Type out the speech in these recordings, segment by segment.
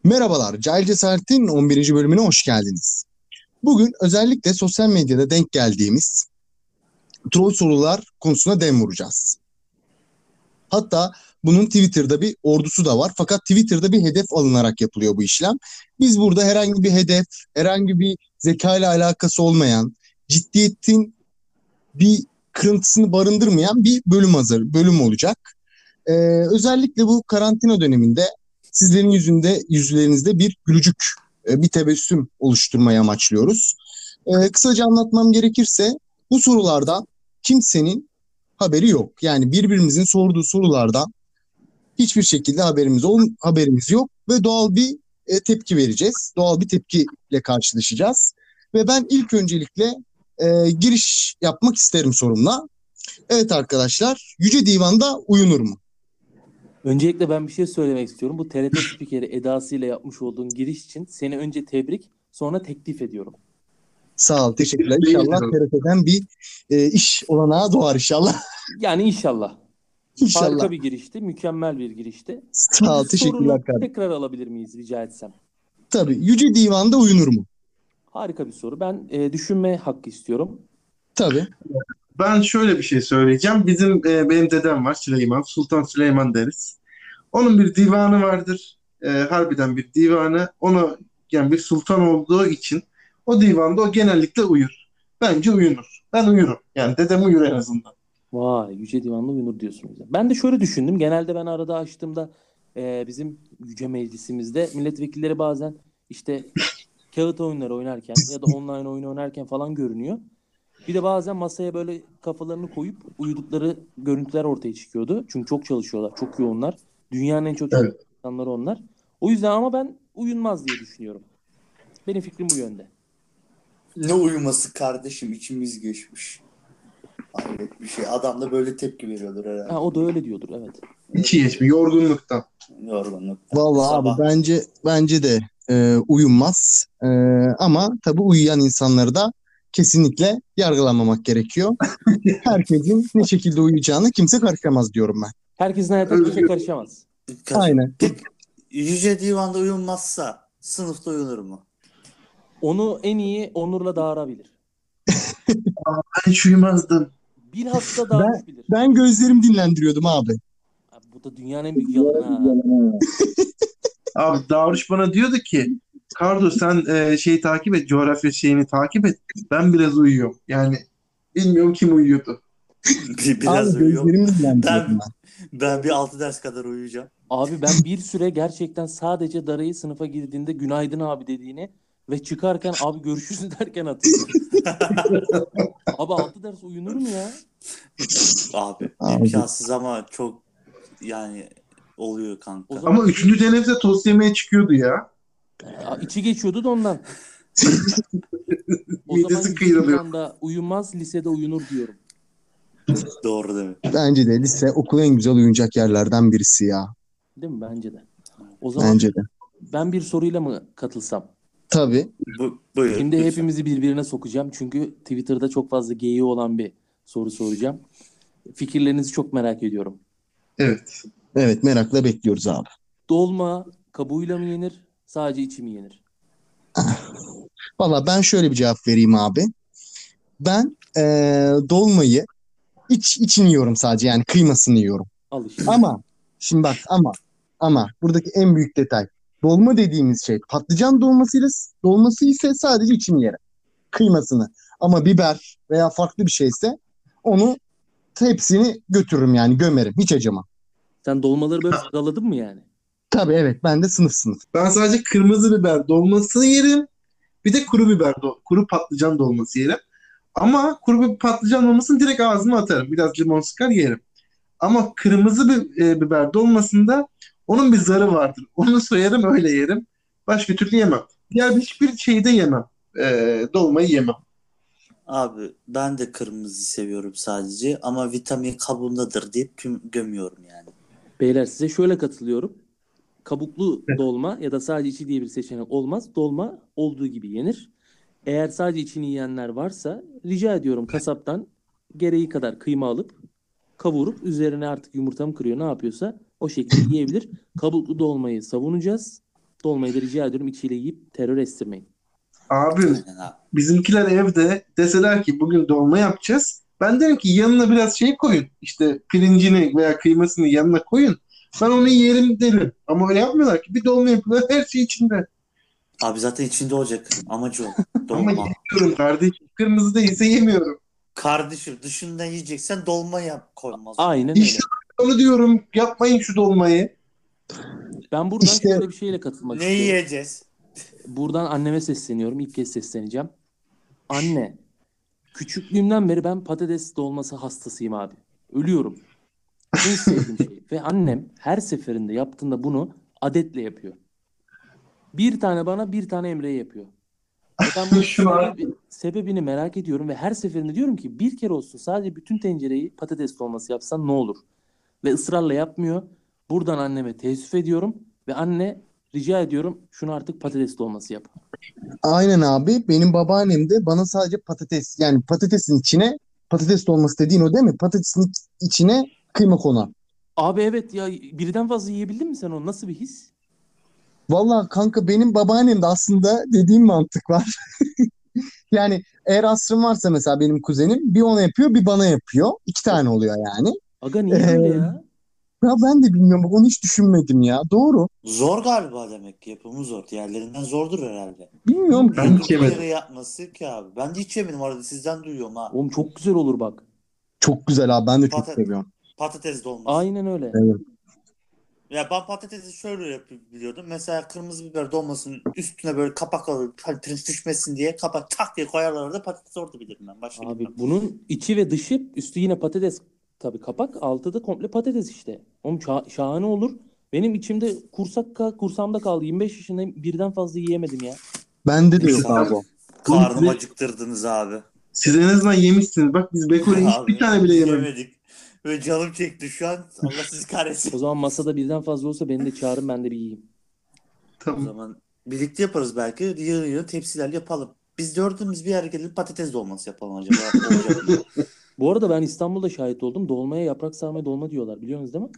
Merhabalar, Cahil Cesaret'in 11. bölümüne hoş geldiniz. Bugün özellikle sosyal medyada denk geldiğimiz troll sorular konusuna dem vuracağız. Hatta bunun Twitter'da bir ordusu da var. Fakat Twitter'da bir hedef alınarak yapılıyor bu işlem. Biz burada herhangi bir hedef, herhangi bir zeka ile alakası olmayan, ciddiyetin bir kırıntısını barındırmayan bir bölüm olacak. Özellikle bu karantina döneminde sizlerin yüzlerinizde bir gülücük, bir tebessüm oluşturmayı amaçlıyoruz. Kısaca anlatmam gerekirse bu sorulardan kimsenin haberi yok. Yani birbirimizin sorduğu sorulardan hiçbir şekilde haberimiz yok ve doğal bir tepki vereceğiz. Doğal bir tepkiyle karşılaşacağız. Ve ben ilk öncelikle giriş yapmak isterim sorumla. Evet arkadaşlar, Yüce Divan'da uyunur mu? Öncelikle ben bir şey söylemek istiyorum. Bu TRT spikeri edasıyla yapmış olduğun giriş için seni önce tebrik, sonra teklif ediyorum. Sağ ol, teşekkürler. İnşallah TRT'den bir iş olanağı doğar inşallah. Yani inşallah. İnşallah. Harika bir girişti, mükemmel bir girişti. Sağ ol, teşekkürler Sorunu kardeşim. tekrar alabilir miyiz rica etsem? Tabii, Yüce Divan'da uyunur mu? Harika bir soru. Ben düşünme hakkı istiyorum. Tabii. Ben şöyle bir şey söyleyeceğim. Benim dedem var Süleyman. Sultan Süleyman deriz. Onun bir divanı vardır. Harbiden bir divanı. Onu yani bir sultan olduğu için o divanda o genellikle uyur. Bence uyunur. Ben uyurum. Yani dedem uyur en azından. Vay, Yüce Divan'la uyunur diyorsunuz. Ben de şöyle düşündüm. Genelde ben arada açtığımda bizim Yüce Meclisimizde milletvekilleri bazen işte kağıt oyunları oynarken ya da online oyun oynarken falan görünüyor. Bir de bazen masaya böyle kafalarını koyup uyudukları görüntüler ortaya çıkıyordu. Çünkü çok çalışıyorlar, çok yoğunlar. Dünyanın en çok çalışan insanları onlar. O yüzden ama ben uyunmaz diye düşünüyorum. Benim fikrim bu yönde. Ne uyuması kardeşim, içimiz geçmiş. Hayret bir şey. Adam da böyle tepki veriyordur herhalde. Ha, o da öyle diyordur, evet. İçi geçmiyor. Yorgunluktan. Yorgunluktan. Vallahi Sabah. abi bence de uyunmaz. Ama tabii uyuyan insanları da kesinlikle yargılamamak gerekiyor. Herkesin ne şekilde uyuyacağını kimse karışamaz diyorum ben. Herkesin hayatına kimse karışamaz. Aynen. Peki, Yüce Divan'da uyunmazsa sınıfta uyunur mu? Onu en iyi Onur'la Dağarabilir. Ben hiç uyumazdım. Bilhassa Dağarış bilir. Ben gözlerimi dinlendiriyordum abi. Abi, bu da dünyanın en büyük yalanı ha. Abi Davruş bana diyordu ki Kardo sen şeyi takip et. Coğrafya şeyini takip et. Ben biraz uyuyorum. Yani bilmiyorum kim uyuyordu. Biraz Abi uyuyorum. gözlerimi dinlendiriyordum ben. Ben bir 6 ders kadar uyuyacağım. Abi ben bir süre gerçekten sadece Daray'ı sınıfa girdiğinde günaydın abi dediğini ve çıkarken abi görüşürüz derken hatırlıyorum. Abi 6 ders uyunur mu ya? Abi Abi. imkansız ama çok yani oluyor kanka. O zaman Ama 3. teneffüste tost yemeye çıkıyordu ya. içi geçiyordu da ondan. O Midesi zaman kıyırılıyor. anda uyumaz, lisede uyunur diyorum. Doğru değil mi? Bence de lise okul en güzel uyunacak yerlerden birisi ya. Değil mi? Bence de. O zaman Bence de. ben bir soruyla mı katılsam? Tabii. Buyur. Şimdi lütfen. hepimizi birbirine sokacağım. Çünkü Twitter'da çok fazla geyiği olan bir soru soracağım. Fikirlerinizi çok merak ediyorum. Evet. Evet, merakla bekliyoruz abi. Dolma kabuğuyla mı yenir, sadece içi mi yenir? Valla ben şöyle bir cevap vereyim abi. Ben dolmayı içini yiyorum sadece, yani kıymasını yiyorum. Al işte. Ama şimdi bak ama buradaki en büyük detay. Dolma dediğimiz şey patlıcan dolması ise sadece içini yerim. Kıymasını. Ama biber veya farklı bir şeyse onu hepsini götürürüm, yani gömerim. Hiç acımam. Sen dolmaları böyle sıraladın mı yani? Tabii evet, ben de sınıf. Ben sadece kırmızı biber dolması yerim. Bir de kuru patlıcan dolması yerim. Ama kuru bir patlıcan dolmasını direkt ağzıma atarım. Biraz limon sıkar yerim. Ama kırmızı biber dolmasında onun bir zarı vardır. Onu soyarım öyle yerim. Başka türlü yemem. Diğer hiçbir şeyde yemem. Dolmayı yemem. Abi ben de kırmızı seviyorum sadece ama vitamin kabuğundadır deyip gömüyorum yani. Beyler size şöyle katılıyorum. Kabuklu dolma ya da sadece içi diye bir seçenek olmaz. Dolma olduğu gibi yenir. Eğer sadece içini yiyenler varsa rica ediyorum kasaptan gereği kadar kıyma alıp kavurup üzerine artık yumurta mı kırıyor ne yapıyorsa o şekilde yiyebilir. Kabuklu dolmayı savunacağız. Dolmayı da rica ediyorum içiyle yiyip terör estirmeyin. Abi Aynen abi. bizimkiler evde deseler ki bugün dolma yapacağız. Ben derim ki yanına biraz şey koyun. İşte pirincini veya kıymasını yanına koyun. Ben onu yerim derim. Ama öyle yapmıyorlar ki. Bir dolma yapıyorlar, her şey içinde. Abi zaten içinde olacak. Amacı o. Ama Dolma. yemiyorum kardeşim. Kırmızı değilse yemiyorum. Kardeşim dışından yiyeceksen dolma yap koymaz. Aynen İşte öyle. onu diyorum. Yapmayın şu dolmayı. Ben buradan İşte şöyle bir şeyle katılmak Ne istiyorum. yiyeceğiz? Buradan anneme sesleniyorum. İlk kez sesleneceğim. Anne, küçüklüğümden beri ben patates dolması hastasıyım abi. Ölüyorum. En sevdiğim şey. Ve annem her seferinde yaptığında bunu adetle yapıyor. Bir tane bana, bir tane Emre'ye yapıyor. Ve ben bunun Şu an sebebini merak ediyorum ve her seferinde diyorum ki bir kere olsun sadece bütün tencereyi patates dolması yapsan ne olur? Ve ısrarla yapmıyor. Buradan anneme teessüf ediyorum ve anne rica ediyorum şunu artık patates dolması yap. aynen abi. Benim babaannem de bana sadece patates, yani patatesin içine, patates dolması dediğin o değil mi? Patatesin içine kıyma konan. Abi evet ya, birden fazla yiyebildin mi sen onu? Nasıl bir his? Vallahi kanka benim babaannem de aslında dediğim mantık var. Yani eğer asrım varsa mesela benim kuzenim bir ona yapıyor bir bana yapıyor. İki tane oluyor yani. Aga niye Ee, öyle ya? ya ben de bilmiyorum. Bak onu hiç düşünmedim ya. Doğru. Zor galiba demek ki. Yapımı zor. Diğerlerinden zordur herhalde. Bilmiyorum. ben hiç Durduk yemedim. yere yapması ki abi. Ben de hiç yemedim arada. Sizden duyuyorum ha. Oğlum çok güzel olur bak. Çok güzel abi. Ben de çok Pata- seviyorum. patates dolması. Aynen öyle. Evet. Ya ben patatesi şöyle yapıyordum. Mesela kırmızı biber dolmasının üstüne böyle kapak alıp hani pirinç düşmesin diye kapak tak diye koyarlar orada patates orada bilirim ben. Başka bilmem. Abi bunun içi ve dışı, üstü yine patates tabii kapak, altı da komple patates işte. Oğlum şahane olur. Benim içimde kursamda kaldı. 25 yaşındayım, birden fazla yiyemedim ya. Bende de Neyse yok abi abi. o. Karnımı size- acıktırdınız abi. Siz en azından yemişsiniz. Bak biz Beko'yu hiç bir Abi tane bile biz yemedik. yemedik. Böyle canım çekti şu an. Allah sizi kahretsin. O zaman masada birden fazla olsa beni de çağırın, ben de bir yiyeyim. O Tamam. zaman birlikte yaparız belki. Yığın yığın tepsilerle yapalım. Biz dördümüz bir araya gelip patates dolması yapalım acaba. Olacak mı? Bu arada ben İstanbul'da şahit oldum. Dolmaya yaprak sarma dolma diyorlar, biliyorsunuz değil mi?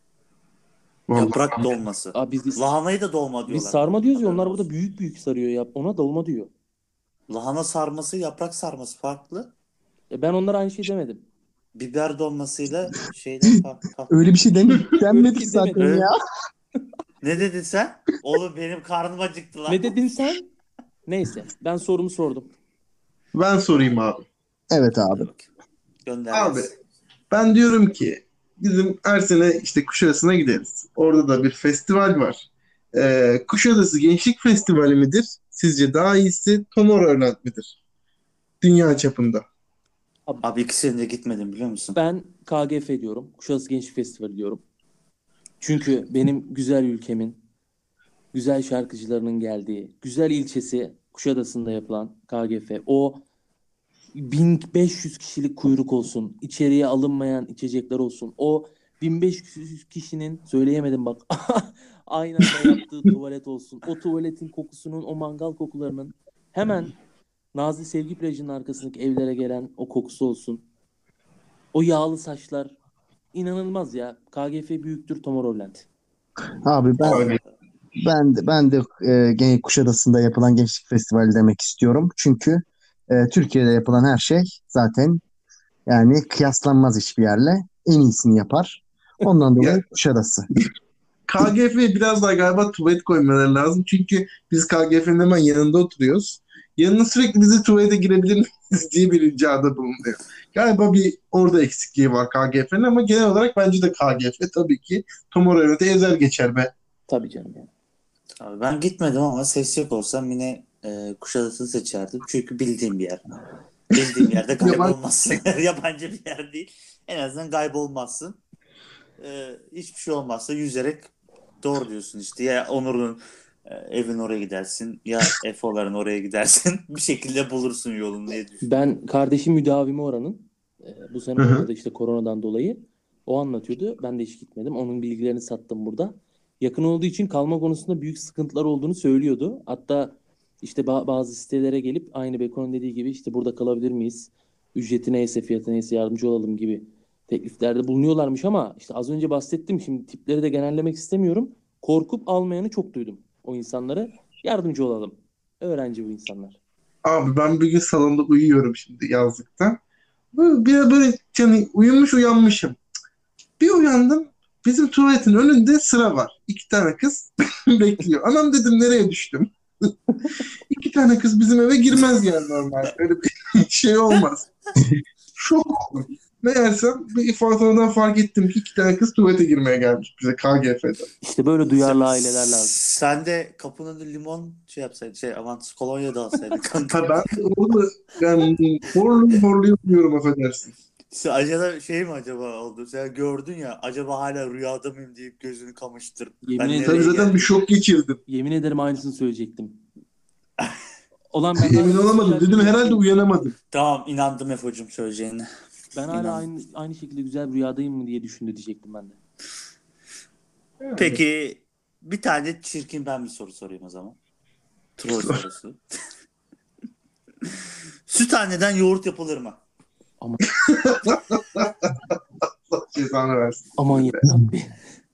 Vallahi. Yaprak dolması. Abi Lahanayı da dolma biz diyorlar. sarma diyoruz ya, Haberin onlar burada olsun. büyük büyük sarıyor ya. Ona dolma diyor. Lahana sarması, yaprak sarması farklı. Ben onlara aynı şey demedim. Biber dolmasıyla şeyler farklı. Öyle bir şey Öyle denmedi bir ki şey zaten demedim. ya. Ne dedin sen? Oğlum benim karnım acıktı lan. Ne dedin sen? Neyse, ben sorumu sordum. Ben sorayım abi. Evet Hadi abi. bakayım. Gönder Abi gelsin. ben diyorum ki bizim her sene işte Kuşadası'na gideriz. Orada da bir festival var. Kuşadası Gençlik Festivali midir? Sizce daha iyisi Tomorrowland midir? Dünya çapında. Abi ikisine de gitmedim biliyor musun? Ben KGF diyorum. Kuşadası Gençlik Festivali diyorum. Çünkü benim güzel ülkemin, güzel şarkıcılarının geldiği, güzel ilçesi Kuşadası'nda yapılan KGF. O 1500 kişilik kuyruk olsun, içeriye alınmayan içecekler olsun. O 1500 kişinin, söyleyemedim bak, aynı anda yaptığı tuvalet olsun. O tuvaletin kokusunun, o mangal kokularının hemen Nazlı Sevgi Plajı'nın arkasındaki evlere gelen o kokusu olsun. O yağlı saçlar. İnanılmaz ya. KGF büyüktür Tomorrowland. Abi Abi, ben de Kuşadası'nda yapılan Gençlik Festivali demek istiyorum. Çünkü Türkiye'de yapılan her şey zaten yani kıyaslanmaz hiçbir yerle. En iyisini yapar. Ondan ya, dolayı Kuşadası. KGF'ye biraz daha galiba tuvalet koymaları lazım. Çünkü biz KGF'nin hemen yanında oturuyoruz. Yanına sürekli bizi tuvalete girebilir miyiz diye bir ricada bulunuyor. Galiba bir orada eksikliği var KGF'nin ama genel olarak bence de KGF tabii ki Tomorrowland'e ezer geçer be. Tabii canım ya. Abi ben gitmedim ama seçecek olsam yine Kuşadası'nı seçerdim. Çünkü bildiğim bir yer. Bildiğim yerde kaybolmazsın. Yabancı bir yer değil. En azından kaybolmazsın. Hiçbir şey olmazsa yüzerek doğru diyorsun işte. Ya Onur'un evin oraya gidersin ya Efo'ların oraya gidersin. Bir şekilde bulursun yolunu diye düşünüyorum. Ben kardeşim müdavimi oranın. Bu sene Hı hı. olmadı işte koronadan dolayı. O anlatıyordu. Ben de hiç gitmedim. Onun bilgilerini sattım burada. Yakın olduğu için kalma konusunda büyük sıkıntılar olduğunu söylüyordu. Hatta işte bazı sitelere gelip aynı Beko'nun dediği gibi işte burada kalabilir miyiz? Ücreti neyse, fiyatı neyse yardımcı olalım gibi tekliflerde bulunuyorlarmış ama işte az önce bahsettim. Şimdi tipleri de genellemek istemiyorum. Korkup almayanı çok duydum. o insanlara. Yardımcı olalım. Öğrenci bu insanlar. Abi ben bir gün salonda uyuyorum şimdi yazlıkta. Böyle yani uyanmışım. Bir uyandım. Bizim tuvaletin önünde sıra var. 2 tane kız bekliyor. Anam dedim nereye düştüm? 2 tane kız bizim eve girmez yani normal. Öyle bir şey olmaz. Şok oldum. Meğersem bir fotoğraftan fark ettim ki 2 tane kız tuvalete girmeye gelmiş bize KGF'de. İşte böyle duyarlı aileler lazım. Sen de kapının önünde limon şey yapsaydın. Aman kolonya da alsaydın kanka. Ha ben de orada yani horluyor diyorum affedersin. İşte acaba şey mi acaba oldu? Sen gördün ya acaba hala rüyada mıyım deyip gözünü kamaştır. Yemin ederim. Tabii zaten bir şok geçirdim. Yemin ederim aynısını söyleyecektim. Olan ben Emin olamadım. Dedim herhalde uyanamadım. Tamam inandım Efe'cim söyleyeceğine. Ben hala aynı şekilde güzel bir rüyadayım mı diye düşündü diyecektim ben de. Peki bir tane çirkin ben bir soru sorayım o zaman. Troll sorusu. Süthaneden yoğurt yapılır mı? Allah cezanı versin. Aman yarabbim.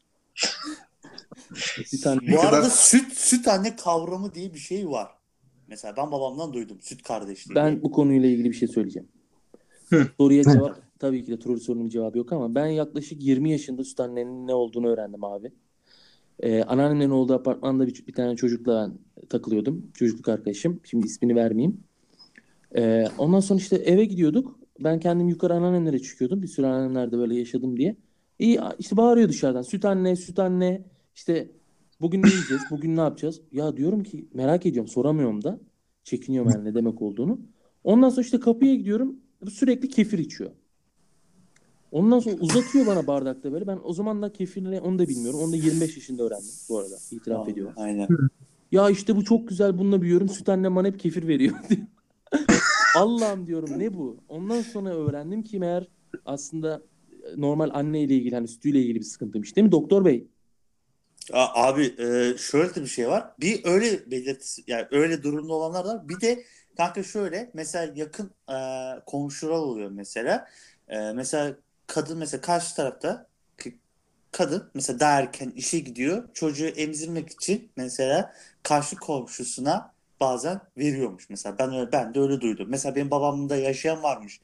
Bir tane Bu arada süt anne kavramı diye bir şey var. Mesela ben babamdan duydum süt kardeşliği. Ben bu konuyla ilgili bir şey söyleyeceğim. Hı. Soruya cevap tabii ki de troll sorunun cevabı yok ama ben yaklaşık 20 yaşında süt annenin ne olduğunu öğrendim abi. Anneannemin olduğu apartmanda bir tane çocukla ben takılıyordum. Çocukluk arkadaşım. Şimdi ismini vermeyeyim. Ondan sonra işte eve gidiyorduk. Ben kendim yukarı anneannemlere çıkıyordum. Bir süre anneannemlerde böyle yaşadım diye. İyi işte bağırıyor dışarıdan. Süt anne, süt anne. İşte bugün ne yiyeceğiz? Bugün ne yapacağız? Ya diyorum ki merak ediyorum. Soramıyorum da. Çekiniyorum yani ne demek olduğunu. Ondan sonra işte kapıya gidiyorum. Sürekli kefir içiyor. Ondan sonra uzatıyor bana bardakta böyle. Ben o zaman da kefirle onu da bilmiyorum. Onu da 25 yaşında öğrendim bu arada. İtiraf ediyorum. Aynen. Ya işte bu çok güzel bununla büyüyorum. Süt annem bana hep kefir veriyor diyor. Allah'ım diyorum ne bu? Ondan sonra öğrendim ki meğer aslında normal anne ile ilgili hani sütüyle ilgili bir sıkıntıymış değil mi doktor bey? Abi şöyle de bir şey var. Bir öyle belirtisi yani öyle durumda olanlar var. Bir de kanka şöyle mesela yakın komşular oluyor mesela. Mesela kadın mesela karşı tarafta kadın mesela daha erken işe gidiyor. Çocuğu emzirmek için mesela karşı komşusuna bazen veriyormuş. Mesela ben de öyle duydum. Mesela benim babamın da yaşayan varmış.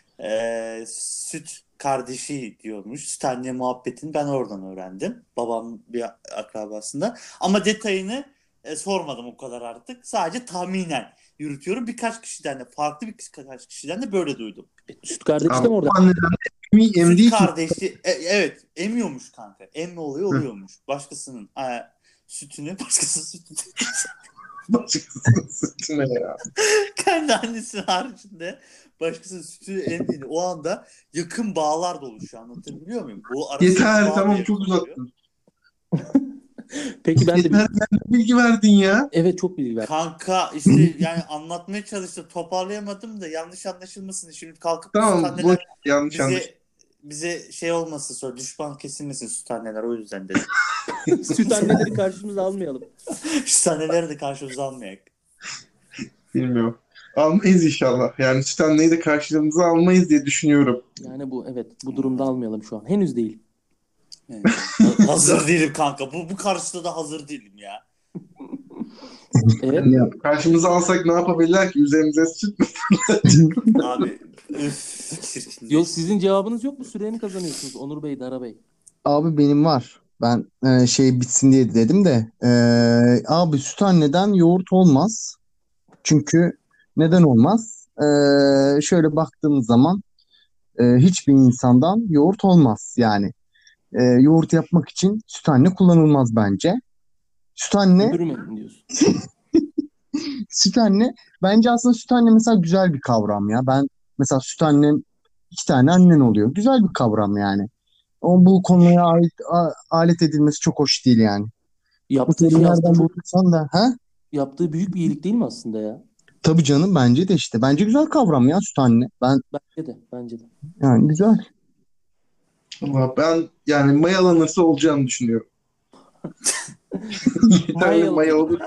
Süt kardeşi diyormuş. Süt anne muhabbetini ben oradan öğrendim. Babam bir akrabasında. Ama detayını sormadım o kadar artık. Sadece tahminen yürütüyorum. Birkaç kişiden de farklı birkaç kişiden de böyle duydum. Süt kardeşi de mi orada? Anneden Süt emdiği için kardeşi evet emiyormuş kanka. Emme olayı oluyormuş. Başkasının sütünü başkasının sütünü başkasının sütüne ya. kendi annesinin haricinde başkasının sütünü emdiğini o anda yakın bağlar da oluşuyor. Anlatabiliyor muyum? Bu arasındaki Yeter bağ da tamam yakın çok oluyor. uzattın. Peki ben de Yeter yani bilgi verdin ya. evet çok bilgi ver. Kanka işte yani anlatmaya çalıştım. Toparlayamadım da yanlış anlaşılmasın. Şimdi kalkıp Tamam süt boş anneler yanlış anlaşıldı. bize şey olmasın sonra düşman kesilmesin süt anneler o yüzden dedim. Süt anneleri karşımıza almayalım. Süt anneleri de karşımıza almayak. Bilmiyorum. Almayız inşallah. Yani süt anneyi de karşılığımıza almayız diye düşünüyorum. Yani bu durumda almayalım şu an. Henüz değil. Evet. Hazır değilim kanka. Bu karşıda da hazır değilim ya. Evet. Yani karşımıza alsak ne yapabilirler ki? Üzerimize süt mü? Abi üf çirkin. Yok sizin cevabınız yok mu? Süreni kazanıyorsunuz Onur Bey, Dara Bey. Abi benim var. Ben şey bitsin diye dedim de abi süt anneden yoğurt olmaz. Çünkü neden olmaz? Şöyle baktığımız zaman hiçbir insandan yoğurt olmaz. Yani yoğurt yapmak için süt anne kullanılmaz bence. Süt anne, Öldürmeyin diyorsun. süt anne bence aslında süt anne mesela güzel bir kavram ya. Ben mesela süt annem 2 tane annen oluyor. Güzel bir kavram yani. Ama bu konuya alet edilmesi çok hoş değil yani. Bu Yaptığı soruyu şey aslında nereden çok bulursan da ha? yaptığı büyük bir iyilik değil mi aslında ya? Tabii canım bence de işte. Bence güzel kavram ya süt anne. Bence de. Yani güzel. Ama ben yani mayalanırsa olacağını düşünüyorum. Yeterli maya olur.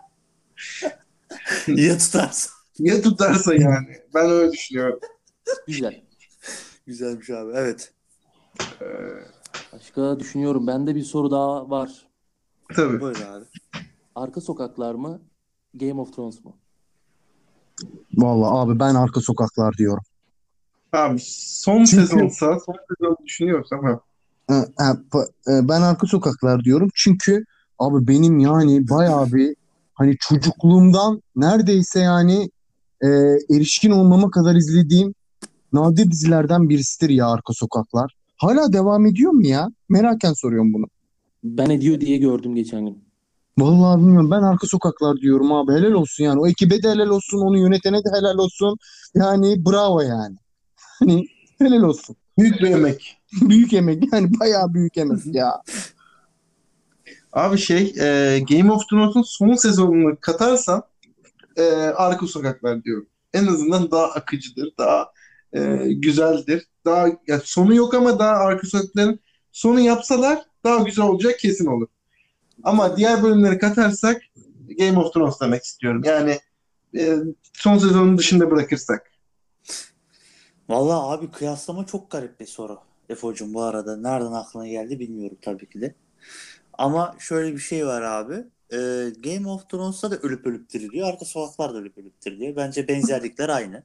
Ya tutarsa. Ya tutarsa yani. Ben öyle düşünüyorum. Güzel. Güzelmiş abi evet. Başka düşünüyorum. Bende bir soru daha var. Tabii. Buyur abi. Arka Sokaklar mı? Game of Thrones mu? Vallahi abi ben Arka Sokaklar diyorum. Abi son Çünkü sezonsa, son sezon düşünüyorsam ha. ben Arka Sokaklar diyorum. Çünkü abi benim yani bayağı bir hani çocukluğumdan neredeyse yani e, erişkin olmama kadar izlediğim nadir dizilerden birisidir ya Arka Sokaklar. Hala devam ediyor mu ya? Meraken soruyorum bunu. Ben ediyor diye gördüm geçen gün. Vallahi bilmiyorum. Ben Arka Sokaklar diyorum abi. Helal olsun yani. O ekibe de helal olsun. Onu yönetene de helal olsun. Yani bravo yani. Hani helal olsun. Büyük bir emek. Büyük emek. Yani bayağı büyük emek ya. Abi Game of Thrones'un son sezonunu katarsan Arka Sokaklar diyorum. En azından daha akıcıdır, daha güzeldir. Daha ya sonu yok ama daha Arka Sokaklar'ın sonu yapsalar daha güzel olacak kesin olur. Ama diğer bölümleri katarsak Game of Thrones demek istiyorum. Yani son sezonun dışında bırakırsak. Vallahi abi kıyaslama çok garip bir soru. Efo'cum bu arada nereden aklına geldi bilmiyorum tabii ki de. Ama şöyle bir şey var abi. Game of Thrones'ta da ölüp ölüp diriliyor. Arka Sokaklar da ölüp ölüp diriliyor. Bence benzerlikler aynı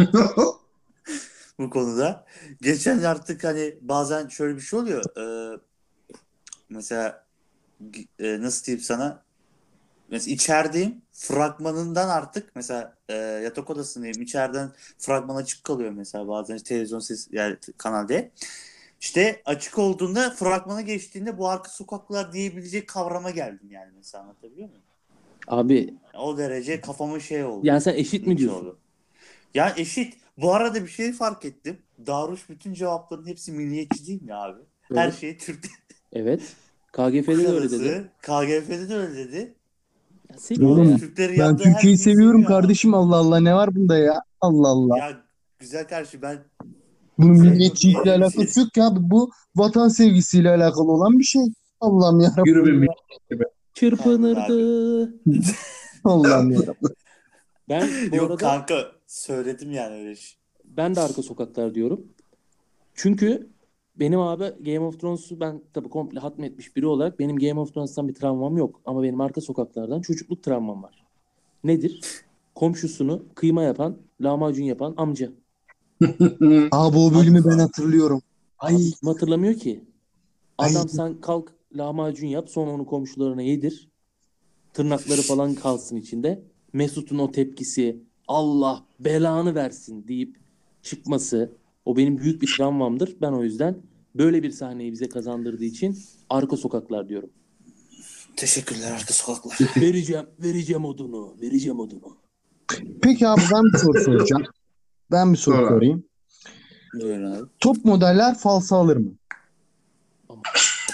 bu konuda. Geçen artık hani bazen şöyle bir şey oluyor. Mesela nasıl diyeyim sana? Mesela içerideyim. Fragmanından artık mesela yatak odasındayım. İçeriden fragman açık kalıyor mesela bazen televizyon ses yani kanalda. İşte açık olduğunda fragmana geçtiğinde bu arka sokaklar diyebilecek kavrama geldim yani mesela anlatabiliyor muyum? Abi O derece kafama şey oldu. yani sen eşit mi İnce diyorsun? oldu. Yani eşit. Bu arada bir şey fark ettim. Daruş bütün cevapların hepsi milliyetçi değil mi abi? Her Evet. şey Türk. Evet. KGF'de de öyle dedi. Kuşadası, KGF'de de öyle dedi. Ya seviyor Oğlum ya. Türklerin ben yaptığı her Türkiye'yi şeyi seviyorum seviyor abi. kardeşim. Allah Allah ne var bunda ya? Allah Allah. Ya güzel kardeşim ben Bunun sevmiyorum milliyetçilikle diyeceğim bir şey. alakası yok ya. Bu vatan sevgisiyle alakalı olan bir şey. Allah'ım Yürü yarabbim be ya. gibi. Pardon abi. Çırpınırdı. Allah'ım yarabbim. Ben bu Yok arada kanka söyledim yani öyle şey. ben de Arka Sokaklar diyorum. Çünkü benim abi Game of Thrones'u ben tabii komple hatmetmiş biri olarak benim Game of Thrones'tan bir travmam yok. Ama benim Arka Sokaklardan çocukluk travmam var. Nedir? Komşusunu kıyma yapan, lahmacun yapan amca. Abi o Ad- bölümü ben hatırlıyorum. Ay Abi kim hatırlamıyor ki? ay Adam sen kalk lahmacun yap sonra onu komşularına yedir. Tırnakları falan kalsın içinde. Mesut'un o tepkisi Allah belanı versin deyip çıkması o benim büyük bir travmamdır. Ben o yüzden böyle bir sahneyi bize kazandırdığı için Arka Sokaklar diyorum. Teşekkürler arka sokaklar. Vereceğim odunu. peki abi ben bir soru soracağım. Ben bir soru Sonra. sorayım. Buyurun abi. Top modeller falsa alır mı? Ama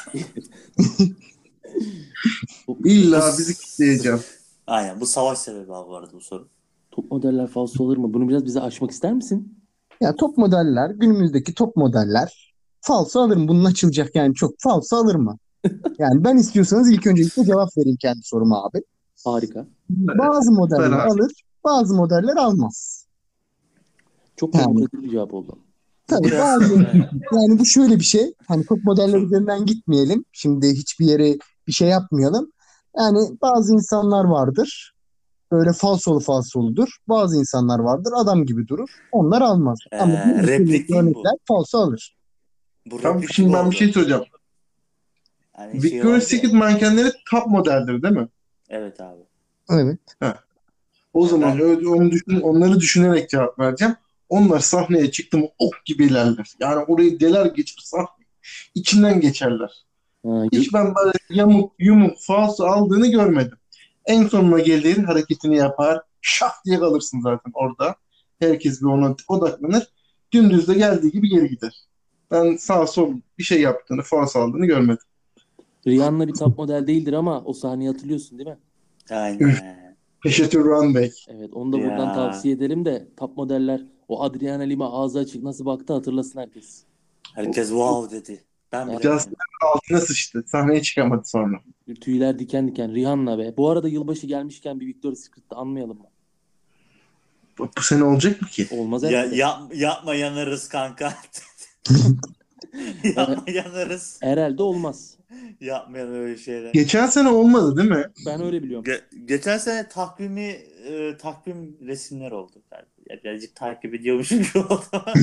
İlla bizi kitleyeceğim. Aynen bu savaş sebebi abi bu arada bu soru. top modeller falso olur mu? Bunu biraz bize açmak ister misin? Ya top modeller günümüzdeki top modeller falsa alır mı? Bunun açılacak yani çok falsa alır mı? Yani ben istiyorsanız ilk öncelikle cevap vereyim kendi soruma abi. Harika. Bazı modeller Beraber. alır, bazı modeller almaz. Çok Yani demokratik bir cevap oldu. tabii Biraz bazı aynen. yani bu şöyle bir şey. Hani top modeller Çok üzerinden gitmeyelim. Şimdi hiçbir yere bir şey yapmayalım. Yani bazı insanlar vardır. Böyle falsoludur. Bazı insanlar vardır adam gibi durur. Onlar almaz. Ama bu replik ülkedeki değil mi örnekler bu? falso alır. Bu Tamam replik gibi şimdi ben bir şey oldu. soracağım. Hani şey Victoria's vardı ya. Secret mankenleri top modeldir değil mi? Evet abi. Evet. O Ya zaman ben onları düşünerek cevap vereceğim. Onlar sahneye çıktı mı ok gibi ilerler. Yani orayı deler geçer sahne. İçinden geçerler. Ha, Hiç ben böyle yamuk yumuk falso aldığını görmedim. En sonuna gelir hareketini yapar. Şah diye kalırsın zaten orada. Herkes bir ona odaklanır. Dümdüz de geldiği gibi geri gider. Ben sağ sol bir şey yaptığını, falso aldığını görmedim. Rihanna bir top model değildir ama o sahneyi hatırlıyorsun değil mi? Üf, aynen. Peşeti Runway. Evet, onu da buradan Ya tavsiye edelim de top modeller o Adriana Lima ağzı açık nasıl baktı hatırlasın herkes. herkes wow dedi. Ben bile Justin dedim. altına sıçtı. Sahneye çıkamadı sonra. Tüyler diken diken Rihanna be. Bu arada yılbaşı gelmişken bir Victoria's Secret'te anmayalım mı? Bu sene olacak mı ki? Olmaz Ya, herhalde. yapma yanarız kanka. Her- Yapma yanarız. herhalde olmaz. Yapmayalım öyle şeyler. Geçen sene olmadı değil mi? Ben öyle biliyorum. Geçen sene takvim resimler oldu. Ya birazcık takip ediyormuşum gibi oldu.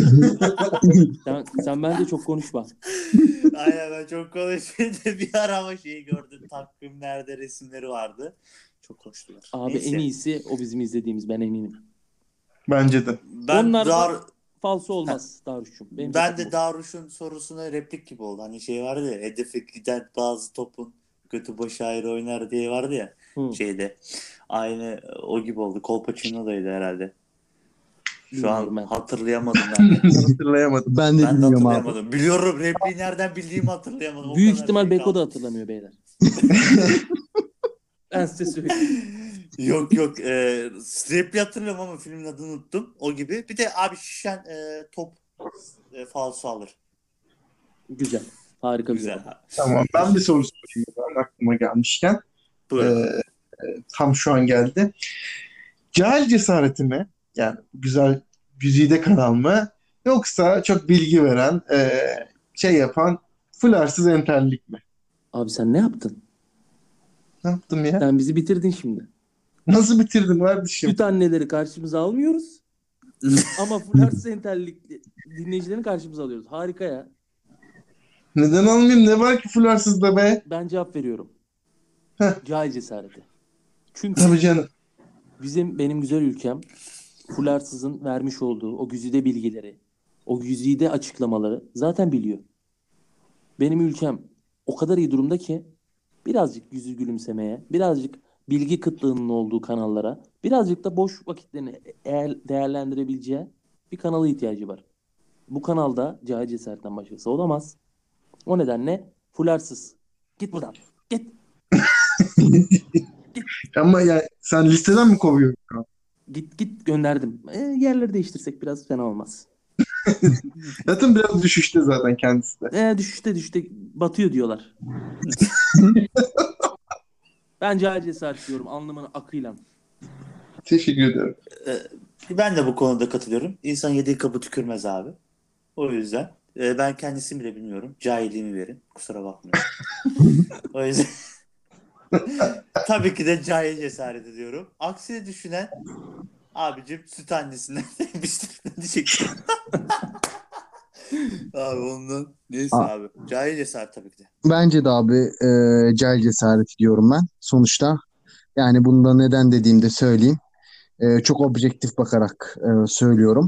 Sen bence çok konuşma. Aynen, ben çok konuşuyorum. Bir ara ama şeyi gördüm. Takvimlerde resimleri vardı. Çok hoştular. Abi Neyse. en iyisi o bizim izlediğimiz, ben eminim. Bence de. Ben Onlar da Dar falso olmaz Darüş'cüm. Benim ben fikrim de bu. Daruş'un sorusuna replik gibi oldu. Hani şey vardı ya, hedefe giden bazı topun götü başı ayrı oynar diye vardı ya Hı. şeyde. Aynı o gibi oldu. Kolpaçino'daydı herhalde. Şu Bilmiyorum an ben. hatırlayamadım ben de. Hatırlayamadım. Ben de Ben de bilmiyorum abi. hatırlayamadım. Biliyorum, repliği nereden bildiğimi hatırlayamadım. O Büyük kadar ihtimal şey Beko da kaldı. hatırlamıyor beyler. Ben size söyleyeyim. Yok. Repliği hatırlıyorum ama filmin adını unuttum. O gibi. Bir de abi şişen top falso alır. Güzel. Harika bir Güzel. cevap. Tamam. Ben bir soru sorayım. Ben aklıma gelmişken. Buyurun. Ee, tam şu an geldi. Cahil cesareti mi? Yani güzel güzide kanal mı? Yoksa çok bilgi veren, şey yapan flarsız entellik mi? Abi sen ne yaptın? Ne yaptım ya? Sen bizi bitirdin şimdi. Nasıl bitirdim kardeşim? Süt anneleri karşımıza almıyoruz. Ama Flört entellikli dinleyicilerini karşımıza alıyoruz. Harika ya. Neden almayayım? Ne var ki flarsızda be? Ben cevap veriyorum. Heh. Cahil cesareti. Çünkü Tabii canım. benim güzel ülkem Fularsız'ın vermiş olduğu o güzide bilgileri, o güzide açıklamaları zaten biliyor. Benim ülkem o kadar iyi durumda ki birazcık yüzü gülümsemeye, birazcık bilgi kıtlığının olduğu kanallara, birazcık da boş vakitlerini değerlendirebileceği bir kanala ihtiyacı var. Bu kanalda Cahil Cesaret'ten başkası olamaz. O nedenle Fularsız. Git buradan. Git. Ama ya sen listeden mi kovuyorsun? Git gönderdim. Yerleri değiştirsek biraz fena olmaz. Zaten biraz düşüşte zaten kendisi de. Düşüşte batıyor diyorlar. Ben Cahil Cesaret diyorum alnımın akıyla. Teşekkür ederim. Ben de bu konuda katılıyorum. İnsan yediği kabı tükürmez abi. O yüzden ben kendisini bile bilmiyorum. Cahilliğimi verin. Kusura bakmayın. O yüzden tabii ki de cahil cesaret ediyorum. Aksini düşünen abicim süt annesinden demiştir. Ne diyecektim? Abi ondan. Neyse Aa. abi. Cahil cesaret tabii ki de. Bence de abi cahil cesareti diyorum ben. Sonuçta yani bunda neden dediğimde söyleyeyim. Çok objektif bakarak söylüyorum.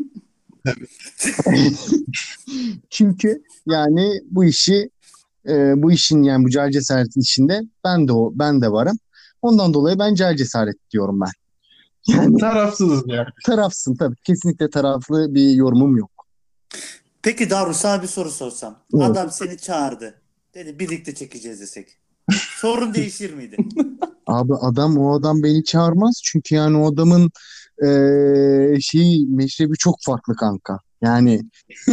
Çünkü yani bu işin yani bu cahil cesaretin içinde ben de varım. Ondan dolayı ben cahil cesaret diyorum ben. Yani Tarafsızız yani. tarafsın tabii. Kesinlikle taraflı bir yorumum yok. Peki Darul, sana bir soru sorsam. Evet. Adam seni çağırdı. Dedi birlikte çekeceğiz desek. Sorun değişir miydi? Abi o adam beni çağırmaz. Çünkü yani o adamın meşrebi çok farklı kanka. Yani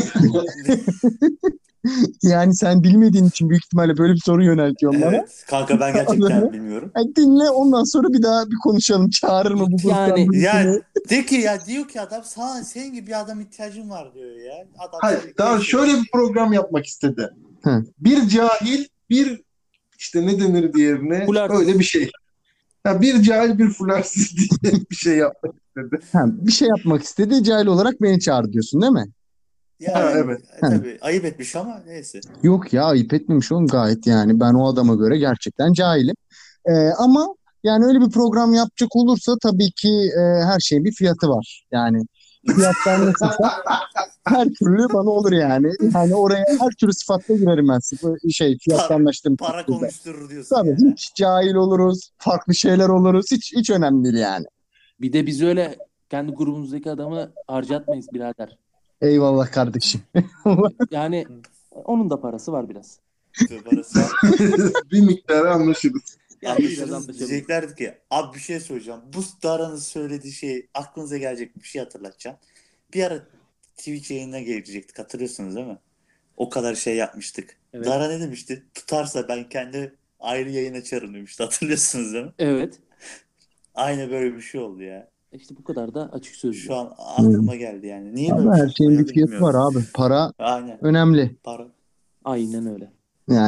sen bilmediğin için büyük ihtimalle böyle bir soru yöneltiyorsun bana. Evet. Kanka ben gerçekten bilmiyorum. Dinle ondan sonra bir daha bir konuşalım. Çağırır mı bu gruptan Yani- birisini? Ya diyor ki adam sana senin gibi bir adam ihtiyacın var diyor ya. Adam Hayır, seni daha kesiyor. şöyle bir program yapmak istedi. Hı. Bir cahil, bir işte ne denir diğerine? Fularsız. Öyle bir şey. Ha, bir cahil, bir fularsız diye bir şey yapmak istedi. Bir şey yapmak istedi. Cahil olarak beni çağır diyorsun değil mi? Yani, Ha, evet. Tabii ayıp etmiş ama neyse. Yok ya ayıp etmemiş oğlum gayet yani. Ben o adama göre gerçekten cahilim. Ama yani öyle bir program yapacak olursa tabii ki her şeyin bir fiyatı var. Yani fiyatlar nasılsa her türlü bana olur yani. Yani oraya her türlü sıfatla girerim ben. Fiyatla anlaştığım Para takdirde. konuşturur diyorsun Tabii yani. hiç cahil oluruz, farklı şeyler oluruz. Hiç önemli değil yani. Bir de biz öyle kendi grubumuzdaki adamı harcatmayız birader. Eyvallah kardeşim. Yani onun da parası var biraz. Parası var. Bir miktarı anlaşırız. Yani biraz Anlaşırız, anlaşabiliriz. diyeceklerdi ki abi bir şey söyleyeceğim. Bu Dara'nın söylediği şey aklınıza gelecek bir şey hatırlatacağım. Bir ara Twitch yayınına gelecektik, hatırlıyorsunuz değil mi? O kadar şey yapmıştık. Evet. Dara ne demişti? Tutarsa ben kendi ayrı yayın açarım demişti. Hatırlıyorsunuz değil mi? Evet. Aynı böyle bir şey oldu ya. İşte bu kadar da açık sözlü. Şu an aklıma geldi yani. Niye Abi böyle bir her şey şeyin bir aklıma geldi fiyatı var bilmiyorum. abi. Para Aynen. önemli Para. Aynen öyle. yani.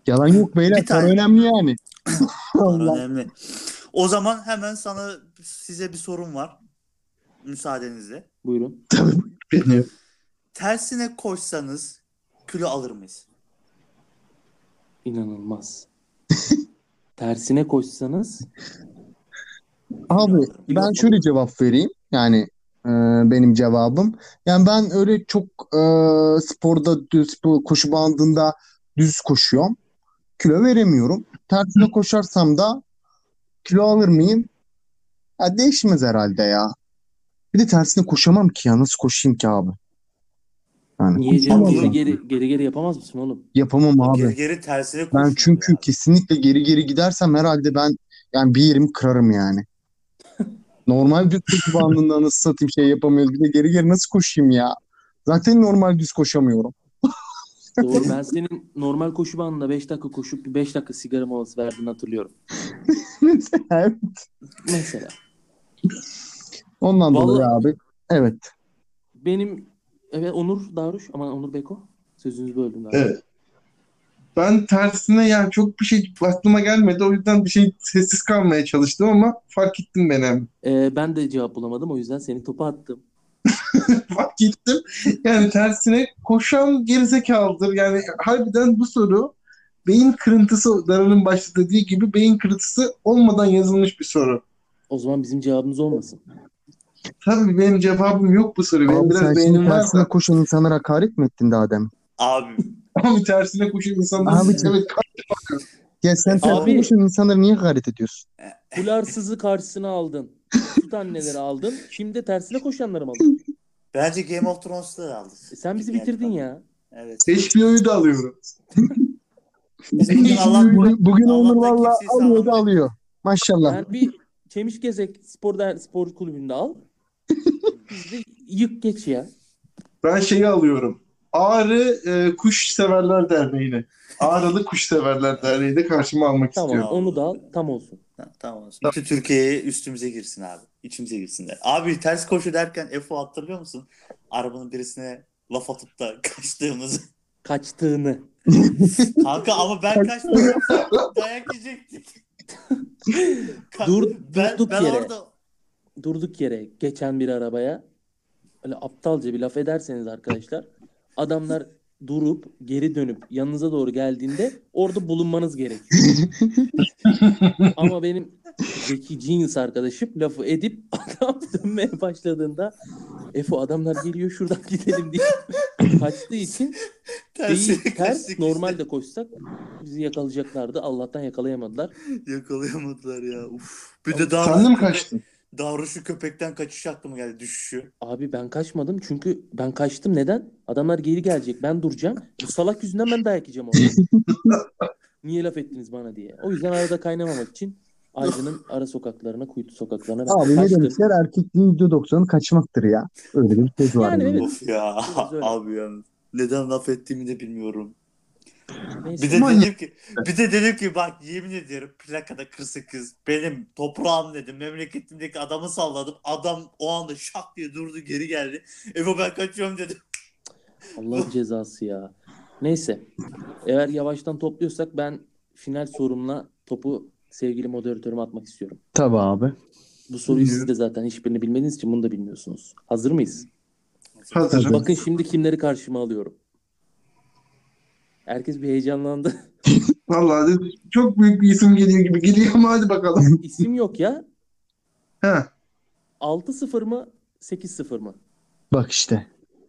Yalan yok beyler. Bir tane- Para önemli yani. Bunlar önemli. O zaman hemen size bir sorum var. Müsaadenizle. Buyurun. Benim. Tersine koşsanız kilo alır mıyız? İnanılmaz. Tersine koşsanız Abi alırım. ben şöyle cevap vereyim. Yani benim cevabım. Yani ben öyle çok sporda koşu bandında düz koşuyorum. Kilo veremiyorum. Tersine koşarsam da kilo alır mıyım? Ya değişmez herhalde ya. Bir de tersine koşamam ki ya. Nasıl koşayım ki abi? Yani niye canım koşamam geri ben. geri yapamaz mısın oğlum? Yapamam Geri abi. geri tersine Ben koşuyor çünkü ya. kesinlikle geri gidersem herhalde ben yani bir yerimi kırarım yani. Normal düz koşu bandında nasıl satayım şey yapamıyoruz. Bir de geri nasıl koşayım ya? Zaten normal düz koşamıyorum. Doğru, ben senin normal koşu bandında 5 dakika koşup bir 5 dakika sigara molası verdiğini hatırlıyorum. Mesela Mesela. ondan dolayı Vallahi abi. Evet. benim evet Onur Daruş aman Onur Beko sözünüzü böldüm galiba. Evet. Ben tersine yani çok bir şey aklıma gelmedi. O yüzden bir şey sessiz kalmaya çalıştım ama fark ettim benim. Ben de cevap bulamadım, o yüzden seni topa attım. Fark ettim. Yani tersine koşan gerizekalıdır. Yani harbiden bu soru beyin kırıntısı Dara'nın başta dediği gibi beyin kırıntısı olmadan yazılmış bir soru. O zaman bizim cevabımız olmasın. Tabii benim cevabım yok bu soruya. Benim Abi sen biraz şimdi beynim var tersine da. koşan insanlara hakaret mi ettin daha demin? Abi Ama tersine koşan insanlar Abicim. evet Ya sen tersine Abi koşan insanlara niye hakaret ediyorsun? kularsızı karşısına aldın. Süt anneleri aldın. Şimdi de tersine koşanları mı aldın? bence Game of Thrones'ta da aldık. Sen bizi Gibi bitirdin geldi ya. bana. Evet. HBO'yu da alıyorum. Biz bugün Bugün Onur Allah'tan valla kimseyi alıyor da sağlamadık. alıyor. Maşallah. Yani bir Çemişgezek spor kulübünde al. Biz de yık geç ya. Ben şeyi alıyorum. Ağrı Kuş Severler Derneği'ne. Ağrılı Kuş Severler Derneği'ne karşıma almak Tamam, istiyorum. onu da al, tam olsun. Tamam. Bütün Türkiye'ye üstümüze girsin abi. İçimize girsinler. Abi ters koşu derken Efo hatırlıyor musun? Arabanın birisine laf atıp da kaçtığımızı. Kaçtığını. Kanka ama ben kaçmadım. Dayak yiyecektik. Durduk Ben yere. orada Durduk yere geçen bir arabaya öyle aptalca bir laf ederseniz arkadaşlar, adamlar durup geri dönüp yanınıza doğru geldiğinde orada bulunmanız gerekiyor. Ama benim zeki genius arkadaşım lafı edip adam dönmeye başladığında Efo adamlar geliyor şuradan gidelim diye kaçtığı için değil ters kaçtık normalde koşsak bizi yakalayacaklardı. Allah'tan yakalayamadılar. yakalayamadılar ya. Uf. Bir Ama de Sen de mi kaçtın? Davruşu köpekten kaçış aklıma geldi. Düşüşü. Abi ben kaçmadım çünkü ben kaçtım. Neden? Adamlar geri gelecek. Ben duracağım. Bu salak yüzünden ben dayak yiyeceğim orada. Niye laf ettiniz bana diye. O yüzden arada kaynamamak için Aydın'ın ara sokaklarına, kuytu sokaklarına ben Abi ne kaçtım. demişler? Erkekliğin %90'ı kaçmaktır ya. Öyle de bir söz var Yani yani. evet. Of ya. Biraz öyle. Abi ya. Neden laf ettiğimi de bilmiyorum. Neyse. Bir de dedim ki bak yemin ediyorum plakada 48 benim toprağım dedim, memleketimdeki adamı salladım, adam o anda şak diye durdu, geri geldi, Evo ben kaçıyorum dedim. Allah'ın cezası ya. Neyse. Eğer yavaştan topluyorsak ben final sorumla topu sevgili moderatörüme atmak istiyorum. Tabii abi. Bu soruyu siz de zaten hiçbirini bilmediğiniz için bunu da bilmiyorsunuz. Hazır mıyız? Hazırım. Bakın şimdi kimleri karşıma alıyorum. Herkes bir heyecanlandı. Vallahi çok büyük bir isim geliyor gibi geliyor ama hadi bakalım. İsim yok ya. Ha. 6-0 mı? 8-0 mı? Bak işte.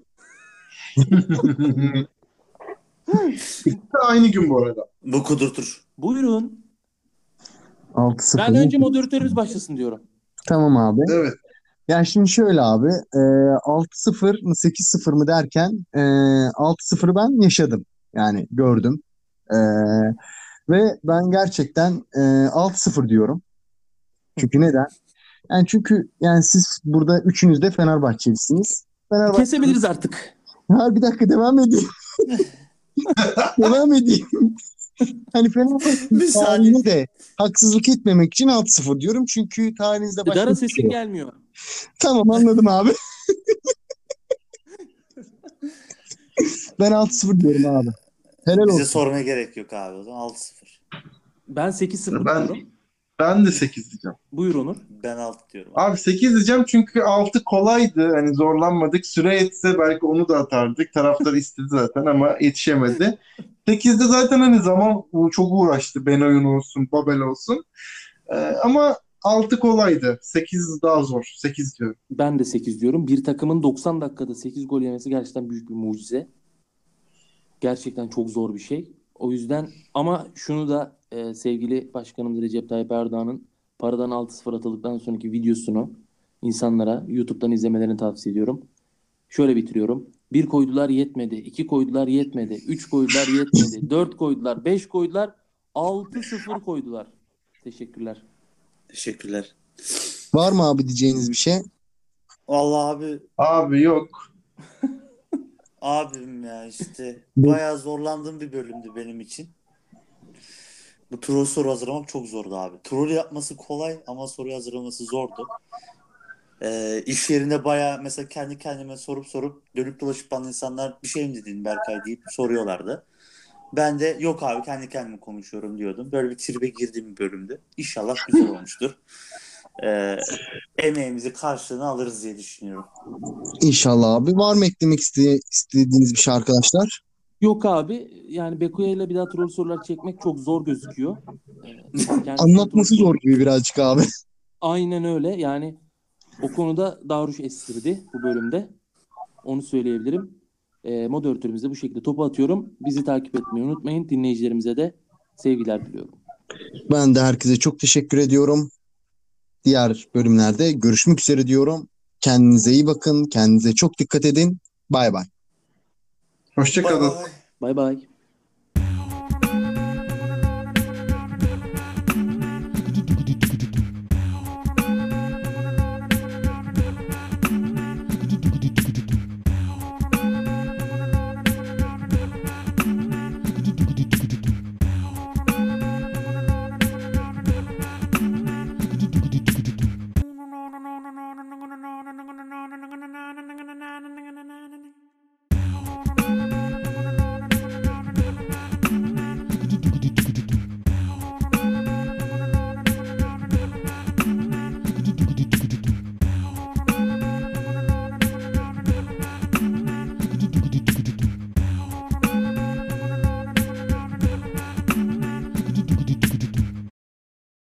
Aynı gün bu arada. Bu kudurtur. Buyurun. 6-0. Ben önce moderatörümüz başlasın diyorum. Tamam abi. Evet. Yani şimdi şöyle abi. 6-0 mı 8-0 mı derken 6-0'ı ben yaşadım. Yani gördüm. E, Ve ben gerçekten 6-0 diyorum. Çünkü neden? Yani çünkü yani siz burada üçünüz de Fenerbahçelisiniz. Fenerbahçe... Kesebiliriz artık. Ha, bir dakika devam edeyim. Devam edeyim. Hani Fenerbahçe'nin Müsaade. tarihine de haksızlık etmemek için 6-0 diyorum. Çünkü tarihinizde başka Dara bir şey sesin yok. gelmiyor. Tamam anladım abi. Ben 6-0 diyorum abi. Helal Bize olsun. sormaya gerek yok abi. O zaman 6-0. Ben 8-0 Ben diyorum. ben de 8 diyeceğim. Buyur Onur. Ben 6 diyorum abi. Abi 8 diyeceğim çünkü 6 kolaydı. Hani zorlanmadık. Süre yetse belki onu da atardık. Taraftar istedi zaten ama yetişemedi. 8'de zaten hani zaman çok uğraştı. Ben oyun olsun, Babel olsun. Ama 6 kolaydı. 8 daha zor. 8 diyorum. Ben de 8 diyorum. Bir takımın 90 dakikada 8 gol yemesi gerçekten büyük bir mucize. Gerçekten çok zor bir şey. O yüzden ama şunu da sevgili Başkanımız Recep Tayyip Erdoğan'ın paradan 6-0 atıldıktan sonraki videosunu insanlara YouTube'dan izlemelerini tavsiye ediyorum. Şöyle bitiriyorum. 1 koydular yetmedi. 2 koydular yetmedi. 3 koydular yetmedi. 4 koydular. 5 koydular. 6-0 koydular. Teşekkürler. Teşekkürler. Var mı abi diyeceğiniz bir şey? Vallahi abi Abi yok. abim ya işte bayağı zorlandığım bir bölümdü benim için. Bu troll soru hazırlamak çok zordu abi. Troll yapması kolay ama soru hazırlaması zordu. İş yerinde bayağı mesela kendi kendime sorup dönüp dolaşıp bana insanlar bir şey mi dedin Berkay deyip soruyorlardı. Ben de yok abi kendi kendime konuşuyorum diyordum. Böyle bir tribe girdiğim bir bölümdü. İnşallah güzel olmuştur. Ee, Emeğimizi karşılığını alırız diye düşünüyorum. İnşallah abi. Var mı eklemek istediğiniz bir şey arkadaşlar? Yok abi. Yani Bekuya ile bir daha troll sorular çekmek çok zor gözüküyor. Kendisinin Anlatması troll zor gibi birazcık abi. Aynen öyle. Yani o konuda Daruş estirdi bu bölümde. Onu söyleyebilirim. Moderatörümüze bu şekilde topu atıyorum. Bizi takip etmeyi unutmayın. Dinleyicilerimize de sevgiler diliyorum. Ben de herkese çok teşekkür ediyorum. Diğer bölümlerde görüşmek üzere diyorum. Kendinize iyi bakın. Kendinize çok dikkat edin. Bay bay. Hoşça Bay kalın. bay. Bay bay.